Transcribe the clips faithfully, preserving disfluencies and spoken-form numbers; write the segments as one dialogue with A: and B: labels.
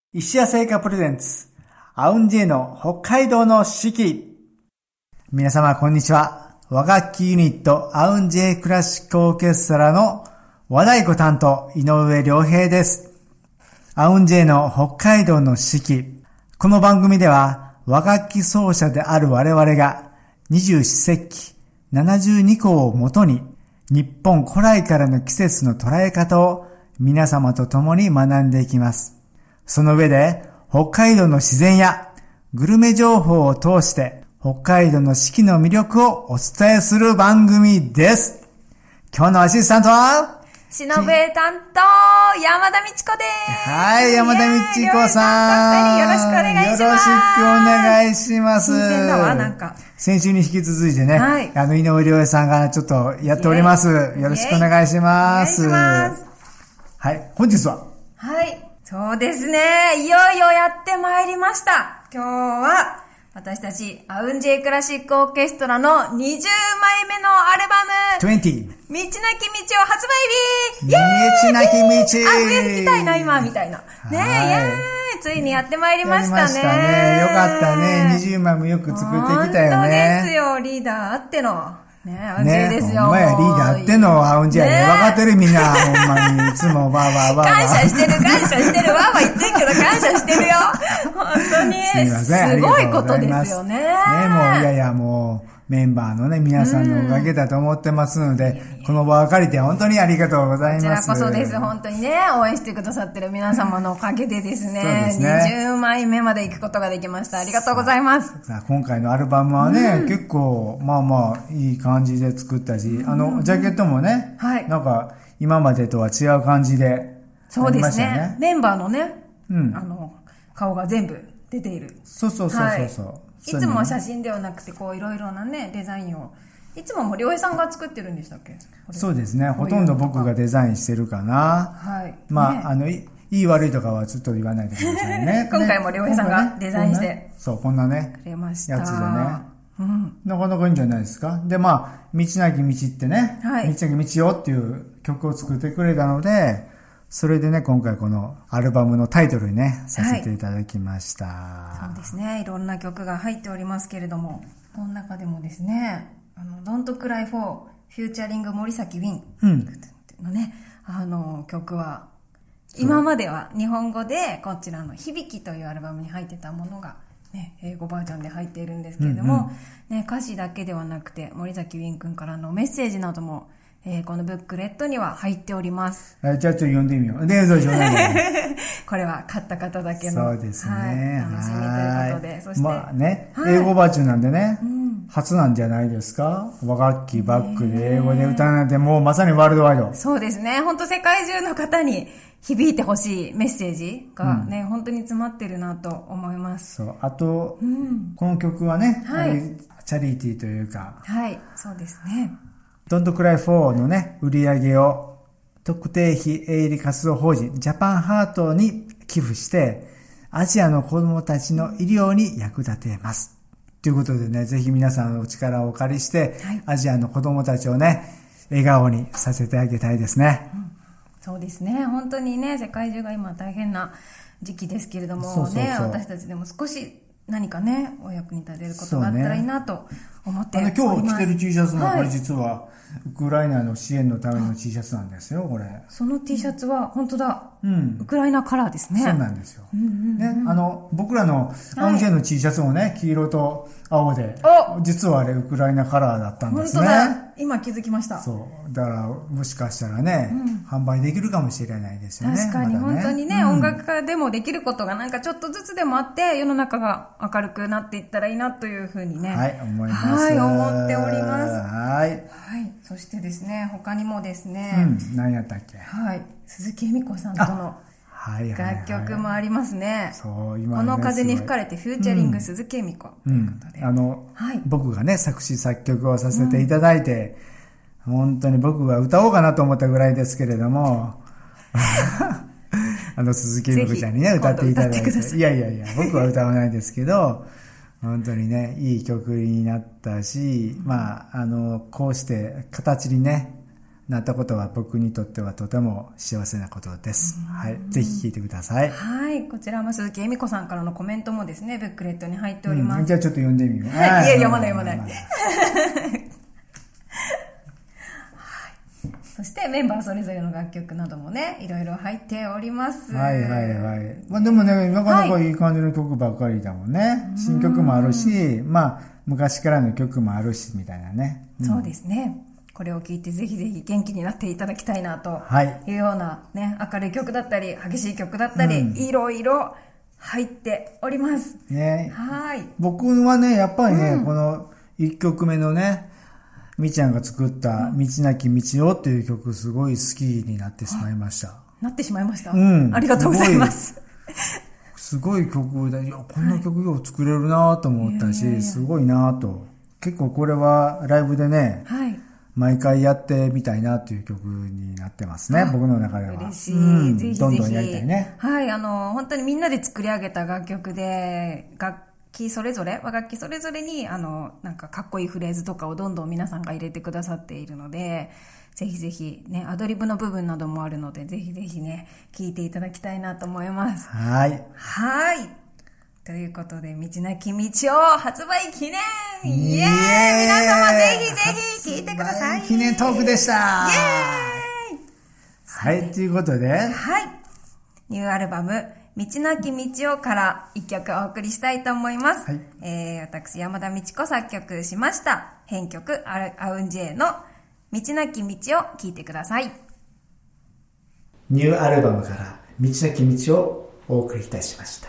A: 石屋製菓プレゼンツ、アウンジェイの北海道の四季。皆様こんにちは。和楽器ユニットアウンジェイクラシックオーケストラの和太鼓担当井上良平です。アウンジェイの北海道の四季。この番組では和楽器奏者である我々が二十四節気ななじゅうにこをもとに日本古来からの季節の捉え方を皆様と共に学んでいきます。その上で北海道の自然やグルメ情報を通して北海道の四季の魅力をお伝えする番組です。今日のアシスタントは
B: しのぶえ担当山田美智子です。
A: はい、山田美智子さん。
B: よろしくお願いします。
A: よろしくお願いします。
B: 新鮮だわ、なんか。
A: 先週に引き続いてね、
B: はい、
A: あの井上良平さんがちょっとやっております。よろしくお願いします。
B: お願いします。
A: はい、本日は
B: はい。そうですね。いよいよやってまいりました。今日は、私たち、アウンジェイクラシックオーケストラのにじゅうまいめのアルバム、
A: にじゅう。
B: 道なき道を発売日イェーイ
A: 道なき道
B: あ、上聞きたいな、今、みたいな。ねえ、イェーイついにやってまいりましたね。
A: やりましたね。よかったね。にじゅうまいもよく作ってきたよね。
B: 本当ですよ、リーダーあっての。ねえ、アウンジェイですよ。
A: ね、ほんまや、リーダーあってのアウンジェイやね。分かってるみんな、ほんまに。いつもバーバーバーバー。
B: 感謝してる、感謝してる。わーわー言ってるけど感謝してるよ。本当に。
A: すみません。
B: すごいことですよね。ね
A: え、もう、いやいや、もう、メンバーのね、皆さんのおかげだと思ってますので、この場を借りて本当にありがとうございます。
B: こちらこそです。本当にね、応援してくださってる皆様のおかげでですね、
A: そうですね
B: にじゅうまいめまで行くことができました。ありがとうございます。
A: さあ、今回のアルバムはね、うん、結構、まあまあ、いい感じで作ったし、あの、ジャケットもね、はい、なんか、今までとは違う感じで、
B: そうですね。メンバーのね、
A: うん、
B: あの、顔が全部出ている。
A: そうそうそうそうそう。
B: はいいつもは写真ではなくて、こういろいろなね、デザインを。いつもも良平さんが作ってるんでしたっけ？
A: そうですね。ほとんど僕がデザインしてるかな。
B: はい。
A: まあ、
B: ね、
A: あの、いい悪いとかはちょっと言わないでくださいね。
B: 今回も良平さんがデザインして。
A: ね、そう、こんなね。
B: くれました。
A: やつでね。
B: うん。
A: なかなかいいんじゃないですか。で、まあ、道なき道ってね。はい。道なき道よっていう曲を作ってくれたので、それでね、今回このアルバムのタイトルにね、させていただきました。
B: はい、そうですね。いろんな曲が入っておりますけれども、この中でもですね、あの、Don't Cry For Featuring 森崎ウィンのね、うん、あの、曲は、今までは日本語でこちらの響きというアルバムに入ってたものが、ね、英語バージョンで入っているんですけれども、うんうんね、歌詞だけではなくて、森崎ウィン君からのメッセージなども、えー、このブックレットには入っております。
A: じゃあちょっと読んでみよう。で、どうしよう
B: これは買った方だけの。
A: そうですね。
B: はい、楽しみということで。そして。
A: まあね、はい、英語バージョンなんでね、うん、初なんじゃないですか。和楽器バックで英語で歌うなんてもうまさにワールドワイド。
B: そうですね。本当世界中の方に響いてほしいメッセージがね、うん、本当に詰まってるなと思います。
A: そう。あと、うん、この曲はね、はい、チャリティーというか。
B: はい、そうですね。
A: Don't Cry For のね、売り上げを特定非営利活動法人ジャパンハートに寄付して、アジアの子供たちの医療に役立てます。ということでね、ぜひ皆さんのお力をお借りして、はい、アジアの子供たちをね、笑顔にさせてあげたいですね。
B: うん、そうですね。本当にね、世界中が今大変な時期ですけれども、そうそうそうね、私たちでも少し何かね、お役に立てることがあったらいいなと思っております。
A: ね、あの今日着てる T シャツもこれ実は、ウクライナの支援のための T シャツなんですよ、これ。
B: その T シャツは、本当だ、うん、ウクライナカラーですね。
A: そうなんですよ。うんうんうん、ね、あの、僕らのアウンジェイの T シャツもね、はい、黄色と青で、実はあれウクライナカラーだったんですね。
B: 本当だ。今気づきました。
A: そう。だから、もしかしたらね、うん、販売できるかもしれないですよね。
B: 確かに、
A: まだね、
B: 本当にね、うん、音楽家でもできることがなんかちょっとずつでもあって、世の中が明るくなっていったらいいなというふうにね。
A: はい、思います。
B: はい、思っております。
A: はい。はい。
B: そしてですね、他にもですね。
A: うん、何やったっけ。
B: はい。鈴木恵美子さんとの楽曲もありますね。そう、今ね。この風に吹かれてフューチャリング鈴木恵美子ということで。
A: うん、あの、はい、僕がね、作詞作曲をさせていただいて、うん、本当に僕が歌おうかなと思ったぐらいですけれども、あの、鈴木恵美子ちゃんにね、歌っていただいて。いやいやいや、僕は歌わないですけど、本当にね、いい曲になったし、まあ、あの、こうして形にね、 なったことは僕にとってはとても幸せなことです。はい。ぜひ聞いてください。
B: はい。こちらも鈴木恵美子さんからのコメントもですね、ブックレットに入っております。
A: うん、じゃあちょっと読んでみよう。
B: はい。いや、読まない読まない。はい。そしてメンバーそれぞれの楽曲などもね、いろいろ入っております。
A: はいはいはい。まあでもね、なかなかいい感じの曲ばっかりだもんね。はい、新曲もあるし、まあ昔からの曲もあるし、みたいなね。
B: うん、そうですね。これを聞いてぜひぜひ元気になっていただきたいなというようなね、明るい曲だったり激しい曲だったり、うん、いろいろ入っております
A: ね。
B: はい。
A: 僕はねやっぱりね、うん、このいっきょくめのねみちゃんが作った道なき道をっていう曲すごい好きになってしまいました。
B: なってしまいました。
A: うん。
B: ありがとうございます。
A: すごい曲で、いやこんな曲を作れるなと思ったし、はい、すごいなと。結構これはライブでね。はい。毎回やってみたいなという曲になってますね、僕の中では。
B: 嬉しい。うん、ぜひぜひ。
A: どんどんやりたいね。
B: はい、あの、本当にみんなで作り上げた楽曲で、楽器それぞれ、和楽器それぞれに、あの、なんかかっこいいフレーズとかをどんどん皆さんが入れてくださっているので、ぜひぜひね、アドリブの部分などもあるので、ぜひぜひね、聴いていただきたいなと思います。
A: はい。
B: はい。ということで、道なき道を発売記念イエーイ、皆様ぜひぜひ聞いてください。
A: 記念トークでした。
B: イエーイ。
A: はい、ということで。
B: はい。ニューアルバム、道なき道をから一曲お送りしたいと思います。はい、えー、私、山田美智子作曲しました。編曲、アウンジェイの道なき道を聴いてください。
A: ニューアルバムから道なき道をお送りいたしました。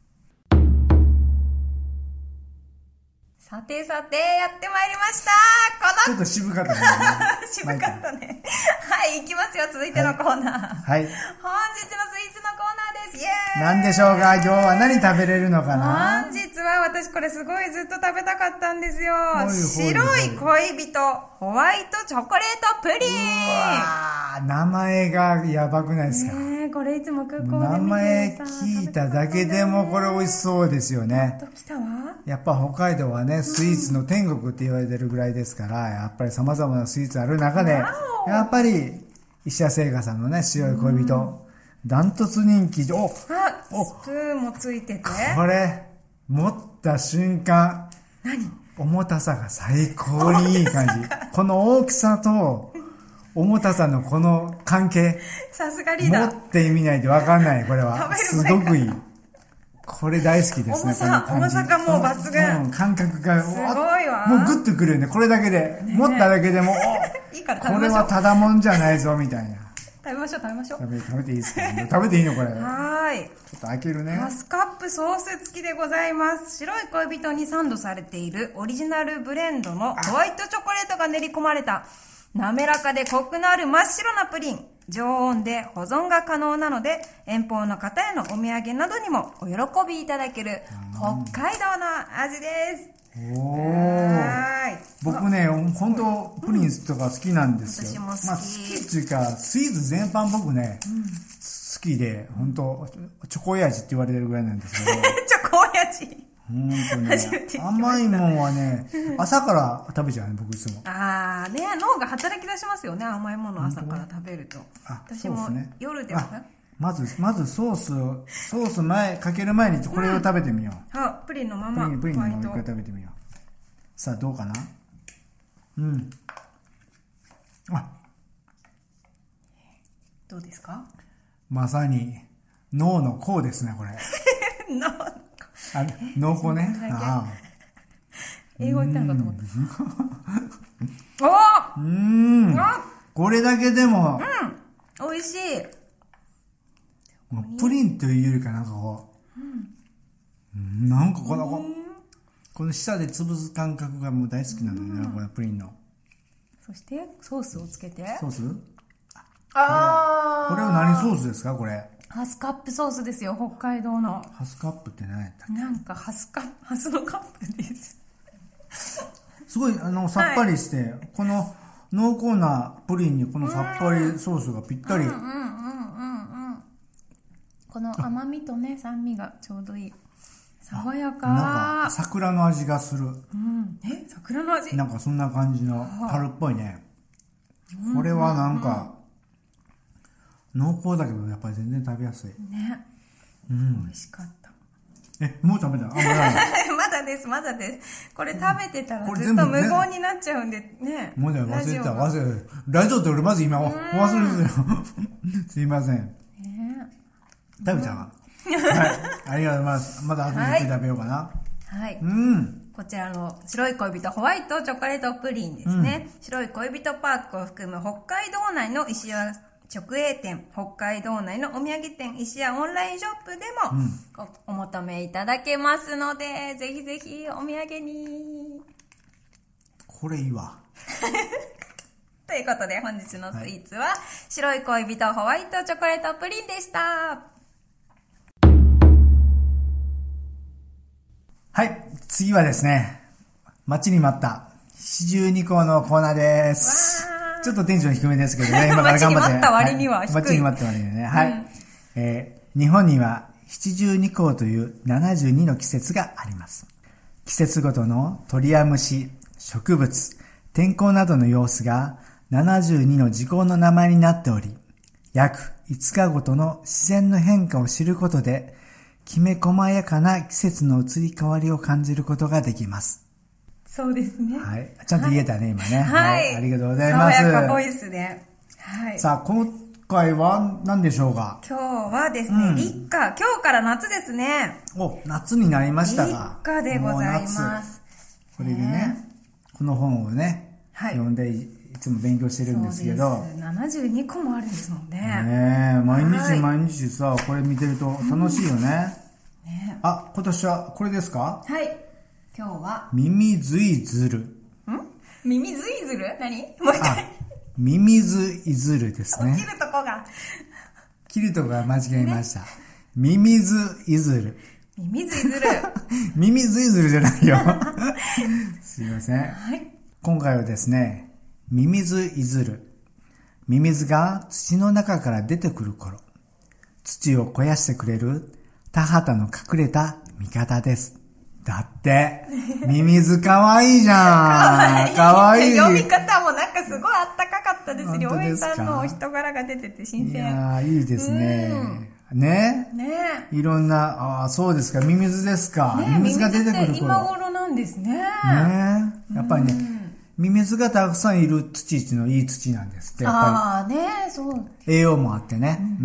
B: さてさて、やってまいりました。こ
A: のちょっと渋かったね。
B: 渋かったね。はい、行きますよ。続いてのコーナー。
A: はい。
B: 本日のスイーツのコーナーです。イエーイ。
A: 何でしょうか？今日は何食べれるのかな？
B: 本日は私これすごいずっと食べたかったんですよ。白い恋人、ホワイトチョコレートプリン。う
A: わー、名前がやばくないですか？
B: ねえ、これいつも空港で見て
A: 名前聞いただけでもこれ美味しそうですよね。
B: 来たわ。
A: やっぱ北海道はね、スイーツの天国って言われてるぐらいですから、やっぱり様々なスイーツある中で、やっぱり石田製菓さんのね、白い恋人、ダントツ人気。お、
B: あ、スプーンもついてて。
A: これ、持った瞬間、
B: 何？
A: 重たさが最高にいい感じ。この大きさと、重たさのこの関係。
B: さすがリーダー。
A: 持ってみないとわかんない、これは。すごくいい。これ大好きですね。
B: 重さ、重さがもう抜群。
A: うん、感覚が。
B: すごいわ。
A: もうグッとくるよね。これだけで。ね、持っただけでも、
B: いいから食べましょう。
A: これはただもんじゃないぞ、みたいな。
B: 食べましょう、食べましょう。
A: 食べ、食べていいですか？食べていいのこれ。
B: はい。
A: ちょっと開けるね。
B: ハスカップソース付きでございます。白い恋人にサンドされているオリジナルブレンドのホワイトチョコレートが練り込まれた滑らかでコクのある真っ白なプリン。常温で保存が可能なので、遠方の方へのお土産などにもお喜びいただける北海道の味です。
A: おー。僕ね、本当プリンとか好きなんですよ。
B: 私も好き。
A: まあ好きっていうか、スイーツ全般僕ね、うん、好きで、本当チョコ親父って言われてるぐらいなんですけど。
B: チョコ親父
A: 本当ね、甘いもんはね、朝から食べちゃうね、僕いつも。
B: ああ、ね、脳が働き出しますよね、甘いものを朝から食べると。私も夜でもね。
A: まず、まずソースを、ソース前、かける前にこれを食べてみよう。
B: うん、あ、プリンのまま。
A: プリン、プリンのまま一回食べてみよう。さあ、どうかな？うん。あ。
B: どうですか？
A: まさに、脳のこうですね、これ。
B: 脳
A: あ、濃厚ね。ああ。
B: 英語言ったのかと思った。
A: おー！うーん。これだけでも。
B: うん。美味しい。
A: もうプリンというよりかなんかこう。うん。なんかこの、この舌で潰す感覚がもう大好きなのよね、これプリンの。
B: そして、ソースをつけて。
A: ソース？
B: ああ。
A: これは何ソースですか、これ？
B: ハスカップソースですよ、北海道の。
A: ハスカップって何やったっけ？
B: なんかハスカップ、ハスのカップです。
A: すごい、あの、さっぱりして、はい、この濃厚なプリンにこのさっぱりソースがぴったり。うんうんうんうんうん。
B: この甘みとね、酸味がちょうどいい。爽やか。
A: なんか、桜の味がする。
B: うん。え、桜の味？
A: なんかそんな感じの春っぽいね。 これはなんか、濃厚だけどやっぱり全然食べやすい。
B: ね。
A: うん。
B: 美味しかった。
A: え、もう食べた？あ、まだ
B: まだです、まだです。これ食べてたらずっと無言になっちゃうんでね。
A: もうね、忘れてた、忘れてた。ラジオって俺まず今忘れてたよ。すいません。
B: ね、
A: 食べたわ。はい。ありがとうございます。まだ後でゆっくり食べようかな。
B: はい。
A: うん。
B: こちらの白い恋人ホワイトチョコレートプリンですね。うん、白い恋人パークを含む北海道内の石屋直営店、北海道内のお土産店、石屋オンラインショップでもお求めいただけますので、うん、ぜひぜひお土産に。
A: これいいわ。
B: ということで本日のスイーツは、はい、白い恋人ホワイトチョコレートプリンでした。
A: はい、次はですね、待ちに待った七十二候のコーナーです。ちょっとテンション低めですけどね、今から頑張って。待ちに待った
B: 割には低い。
A: 待ちに待った割にはね。はい。うん、えー、日本には七十二候というななじゅうにの季節があります。季節ごとの鳥や虫、植物、天候などの様子がななじゅうにの時候の名前になっており、約いつかごとの自然の変化を知ることで、きめ細やかな季節の移り変わりを感じることができます。
B: そうですね。
A: はい。ちゃんと言えたね、はい、今ね、
B: はい。
A: はい。ありがとうございます。
B: 爽やかボイスで。はい。
A: さあ、今回は何でしょうか？
B: 今日はですね、うん、立夏。今日から夏ですね。
A: お、夏になりましたか？
B: 立夏でございます。
A: これでね、この本をね、はい、読んでいつも勉強してるんですけど。
B: ななじゅうにこもあるんですもんね。
A: ねえ、毎日毎日さ、これ見てると楽しいよね。
B: うん、ね、
A: あ、今年はこれですか？
B: はい。今日は
A: ミミズイズル。
B: ん？ミミズイズル？何？もう一回。
A: ミミズイズルですね。
B: 切るとこが。
A: 切るとこが間違えました。ね、ミミズイズル。
B: ミミズイズル。
A: ミミズイズルじゃないよ。すいません。
B: はい。
A: 今回はですね、ミミズイズル。ミミズが土の中から出てくる頃、土を肥やしてくれる田畑の隠れた味方です。だって、ミミズかわいいじゃん。かわいい。
B: 読み方もなんかすごいあったかかったです。りょうえいさんのお人柄が出てて新鮮。
A: いやー、いいですね。ね
B: ね
A: いろんな、ああ、そうですか、ミミズですか。
B: ね、
A: ミミズが出てくる頃。
B: 今頃なんですね。ね
A: やっぱりね、ミミズがたくさんいる土っていうのはいい土なんですって。やっぱり
B: ああね、そう。
A: 栄養もあってね。うん。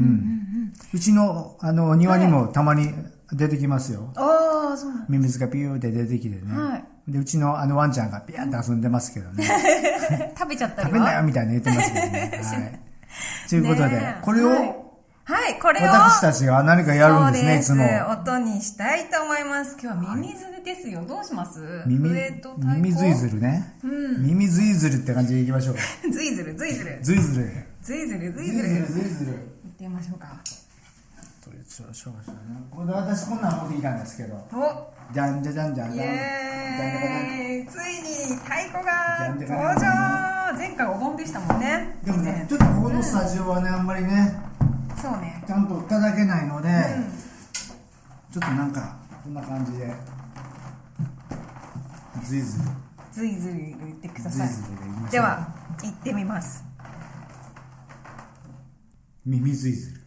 A: うちの、あの、庭にもたまに出てきますよ。
B: ああ、そうなん。
A: ミミズがピューって出てきてね。はい。で、うちのあのワンちゃんがピャーって遊んでますけどね。
B: 食べちゃったりは
A: 食べんなよみたいな言ってますけどね。はい。ということで、これを、
B: はい、これを。
A: 私たちが何かやるんですね、いつも。
B: 音にしたいと思います。今日はミミズですよ。どうします？
A: ミミ、ミミズイズルね。うん。ミミズイズルって感じでいきましょうか。
B: ズイズル、ズイズル。
A: ズイズル。
B: ズイズル、ズイズル。ズイズル、ズイズル。行ってみましょうか。
A: ちょっとしょうがないな。これ私こんなん持ってきたんですけど。
B: お
A: じゃんじゃじゃんじゃんじゃん。
B: イエーイ。ついに太鼓が登場。前回お盆でしたもんね。
A: でもね、ちょっとここのスタジオはね、あんまりね。
B: そうね。
A: ちゃんといただけないので、ちょっとなんか、こんな感じで。ズイズル。
B: ズイズル言ってください。では、行ってみます。
A: ミミズイズル。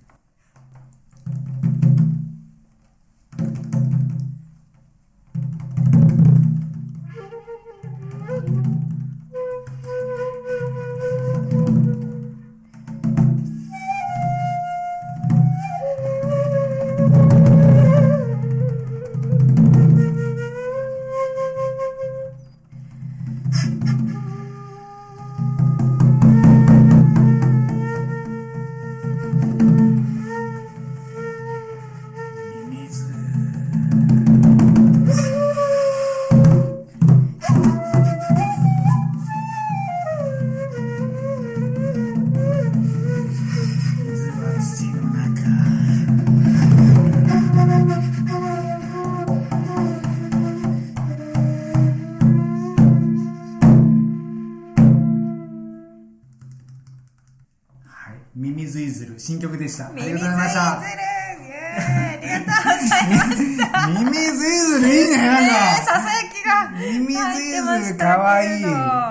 A: ミミズイズル新曲でした。ありがとうございました。
B: ミミズイズル、ありがとうございました。
A: ミミズイズルいいね、なんか。
B: ささやきが
A: ミミズイズルかわいい。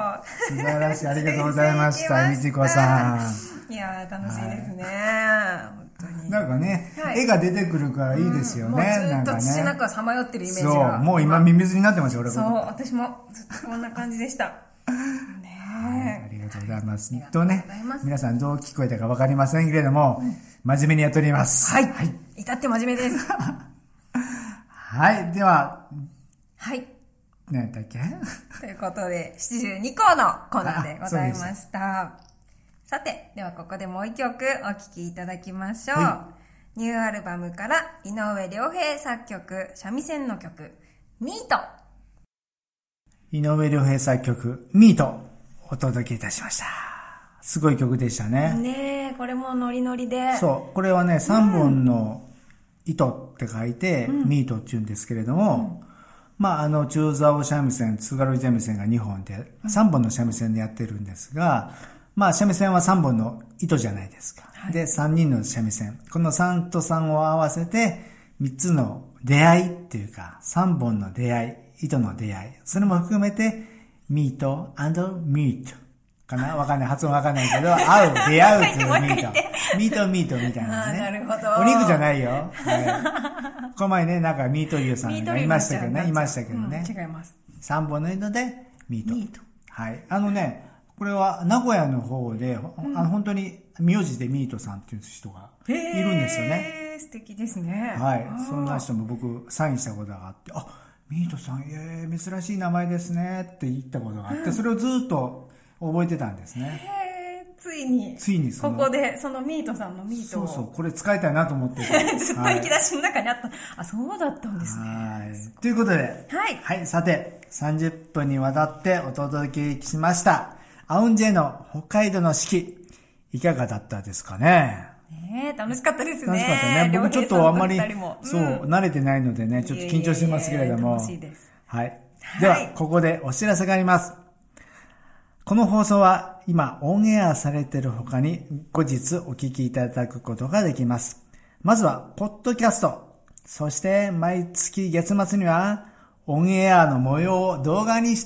A: 素晴らしい。ありがとうございました。みちこさ
B: ん。いやー、楽しいですね。
A: はい、
B: 本当に。
A: なんかね、はい、絵が出てくるからいいですよね。うん、もう
B: ずっと土の中をさまよってるイメージが。
A: そう、もう今ミミズになってますよ、俺。
B: そう、私もずっとこんな感じでした。ね
A: はい、ありがとうございます。とね、皆さんどう聞こえたかわかりませんけれども、うん、真面目にやっております。
B: はい。はい。至って真面目です。
A: はい、では。
B: はい。
A: 何やったっけ
B: ということで、ななじゅうにこうのコーナーでございました。さて、ではここでもう一曲お聴きいただきましょう。はい、ニューアルバムから井上良平作曲、三味線の曲、ミート。
A: 井上良平作曲、ミート、お届けいたしました。すごい曲でしたね。
B: ねえ、これもノリノリで。
A: そう、これはね、さんぼんの糸って書いて、うん、ミートって言うんですけれども、うん、まあ、あの、中竿三味線、津軽三味線がにほんで、さんぼんの三味線でやってるんですが、まあ、三味線はさんぼんの糸じゃないですか。はい、で、さんにんの三味線。このさんとさんを合わせて、みっつの出会いっていうか、さんぼんの出会い、糸の出会い。それも含めて、ミート&ミート。かなわかんない。発音わかんないけど、会う、出会うというミート。ミートミートみたいなね。
B: なるほど。
A: お肉じゃないよ。はい、この前ね、なんかミートリュウさんがいましたけどね。いましたけどね。
B: うん、違います。
A: さんぼんの糸でミート。
B: ミート。
A: はい。あのね、これは名古屋の方で、うん、あの本当に名字でミートさんっていう人がいるんですよね。
B: へー、素敵ですね。
A: はい。そんな人も僕サインしたことがあって、あ、ミートさん、えー、珍しい名前ですねって言ったことがあって、うん、それをずっと覚えてたんですね。
B: へー、ついに。
A: ついにそ
B: の。ここで、そのミートさんのミートを。
A: そうそう、これ使いたいなと思ってて。
B: ずっと引き出しの中にあった。はい、あ、そうだったんですね。
A: はい。ということで、
B: はい。
A: はい、さて、さんじゅっぷんにわたってお届けしました。アウンジェの北海道の四季、いかがだったですかね。
B: ねえ、楽しかったですね。
A: 楽しかったね。僕ちょっとあんまり、
B: うん、
A: そう、慣れてないのでね、ちょっと緊張してますけれども。
B: 楽しいです。
A: はい。では、はい、ここでお知らせがあります。この放送は今オンエアされている他に後日お聞きいただくことができます。まずは、ポッドキャスト。そして毎月月末にはオンエアの模様を動画にして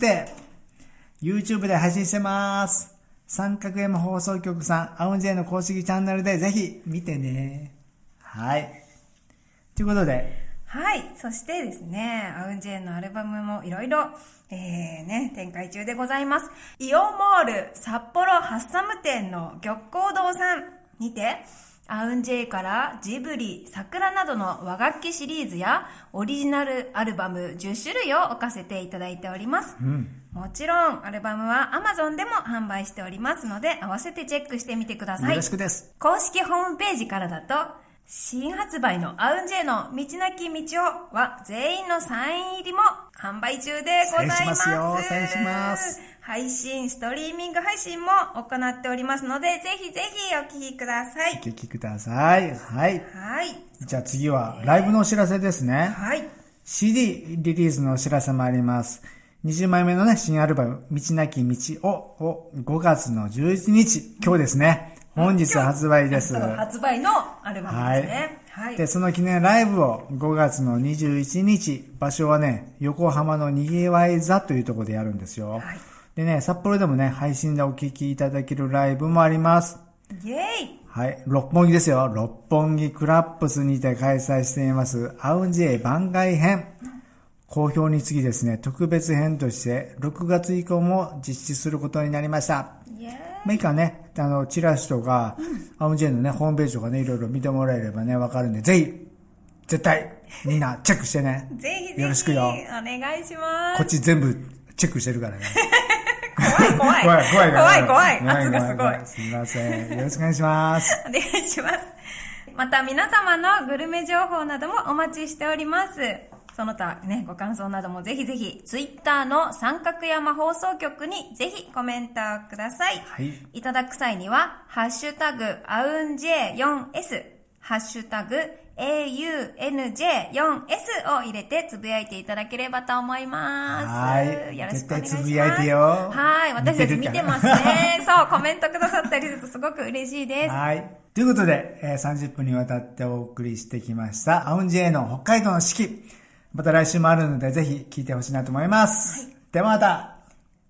A: YouTube で配信してます。三角 M 放送局さん、アウンジェイの公式チャンネルでぜひ見てね。はい。ということで、
B: はい。そしてですね、アウンジェイのアルバムもいろいろ、えーね、展開中でございます。イオンモール札幌ハッサム店の玉光堂さんにて、アウンジェイからジブリ、桜などの和楽器シリーズやオリジナルアルバムじゅっしゅるいを置かせていただいております。うん、もちろん、アルバムは Amazon でも販売しておりますので、合わせてチェックしてみてください。
A: よろしくです。
B: 公式ホームページからだと、新発売のアウンジェイの道なき道をは全員のサイン入りも販売中でございます。
A: サインしますよ。サインします。
B: 配信、ストリーミング配信も行っておりますので、ぜひぜひお聞きください。
A: お聞きください。はい。
B: はい。
A: じゃあ次はライブのお知らせですね。
B: はい。
A: シーディー リリースのお知らせもあります。にじゅうまいめのね、新アルバム、道なき道を、をごがつのじゅういちにち、今日ですね。本日発売です。
B: 発売のアルバムですね。
A: はい。はい、で、その記念ライブをごがつのにじゅういちにち、場所はね、横浜のにぎわい座というところでやるんですよ。はい。でね、札幌でもね、配信でお聴きいただけるライブもあります。
B: イェーイ。
A: はい。六本木ですよ。六本木クラップスにて開催しています、アウンジェイ番外編。好評につきですね、特別編として、ろくがつ以降も実施することになりました。
B: イェーイ。
A: まあ、いいかね、あの、チラシとか、うん、アウンジェイのね、ホームページとかね、いろいろ見てもらえればね、わかるんで、ぜひ、絶対、みんなチェックしてね。
B: ぜひぜひ。
A: よろしくよ。
B: お願いします。
A: こっち全部チェックしてるからね。
B: 怖い怖い。
A: 怖い怖い
B: 怖い怖い。圧がすごい。
A: すみません。よろしくお願いします。
B: お願いします。また皆様のグルメ情報などもお待ちしております。その他ね、ご感想などもぜひぜひ、ツイッターの三角山放送局にぜひコメントください。
A: はい。
B: いただく際には、ハッシュタグ、アウンジェイ フォーエス、ハッシュタグ、エーユーエヌジェイ フォーエス を入れてつぶやいていただければと思います。
A: はい。
B: よろしくお願いします。絶対
A: つぶやいてよ。
B: はい。私たち見てますね。そう、コメントくださったりするとすごく嬉しいです。
A: はい。ということで、えー、さんじゅっぷんにわたってお送りしてきました、アウンジェイの北海道の四季。また来週もあるので、ぜひ聞いてほしいなと思います。はい。ではまた。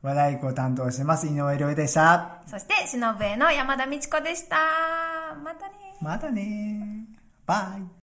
A: 和太鼓を担当してます、井上亮でした。
B: そして、しのぶえの山田美智子でした。またね。
A: またね。バイ。